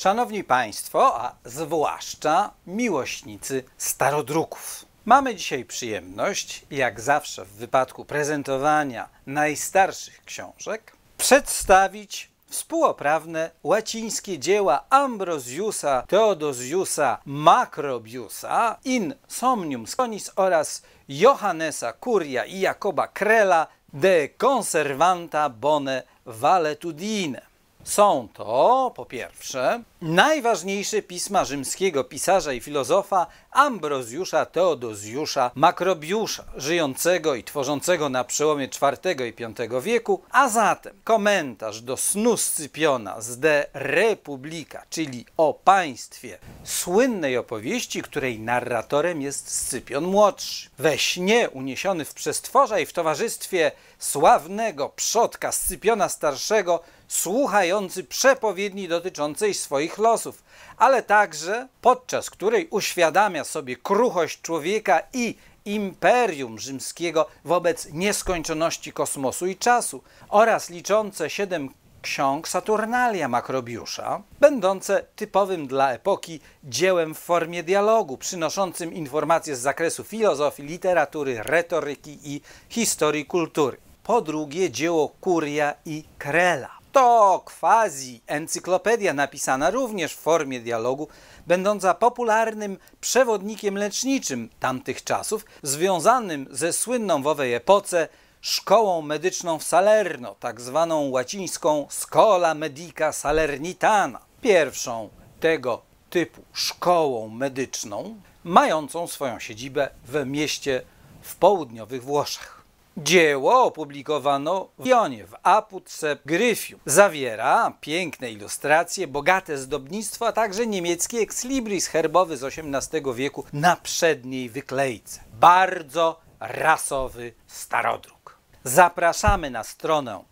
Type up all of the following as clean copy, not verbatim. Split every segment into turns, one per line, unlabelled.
Szanowni Państwo, a zwłaszcza miłośnicy starodruków. Mamy dzisiaj przyjemność, jak zawsze w wypadku prezentowania najstarszych książek, przedstawić współoprawne łacińskie dzieła Ambrosiusa Theodosiusa Macrobiusa in Somnium Sconis oraz Johannesa Curia i Jacoba Krela de Conservanta Bone Valetudine. Są to, po pierwsze, najważniejsze pisma rzymskiego pisarza i filozofa Ambrosiusza Theodosiusza Macrobiusza, żyjącego i tworzącego na przełomie IV i V wieku, a zatem komentarz do snu Scypiona z De Republica, czyli o państwie, słynnej opowieści, której narratorem jest Scypion młodszy. We śnie uniesiony w przestworza i w towarzystwie sławnego przodka Scypiona starszego, słuchający przepowiedni dotyczącej swoich losów, ale także podczas której uświadamia sobie kruchość człowieka i imperium rzymskiego wobec nieskończoności kosmosu i czasu oraz liczące 7 ksiąg Saturnalia Macrobiusza, będące typowym dla epoki dziełem w formie dialogu, przynoszącym informacje z zakresu filozofii, literatury, retoryki i historii kultury. Po drugie, dzieło Curia i Krela. To quasi-encyklopedia napisana również w formie dialogu, będąca popularnym przewodnikiem leczniczym tamtych czasów, związanym ze słynną w owej epoce szkołą medyczną w Salerno, tak zwaną łacińską Schola Medica Salernitana, pierwszą tego typu szkołą medyczną, mającą swoją siedzibę w mieście w południowych Włoszech. Dzieło opublikowano w Lyonie, w Apud Sep Gryfium. Zawiera piękne ilustracje, bogate zdobnictwo, a także niemiecki ex libris herbowy z XVIII wieku na przedniej wyklejce. Bardzo rasowy starodruk. Zapraszamy na stronę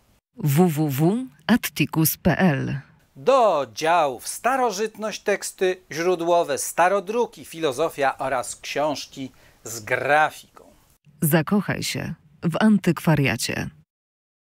www.atticus.pl
do działów starożytność, teksty źródłowe, starodruki, filozofia oraz książki z grafiką.
Zakochaj się w antykwariacie.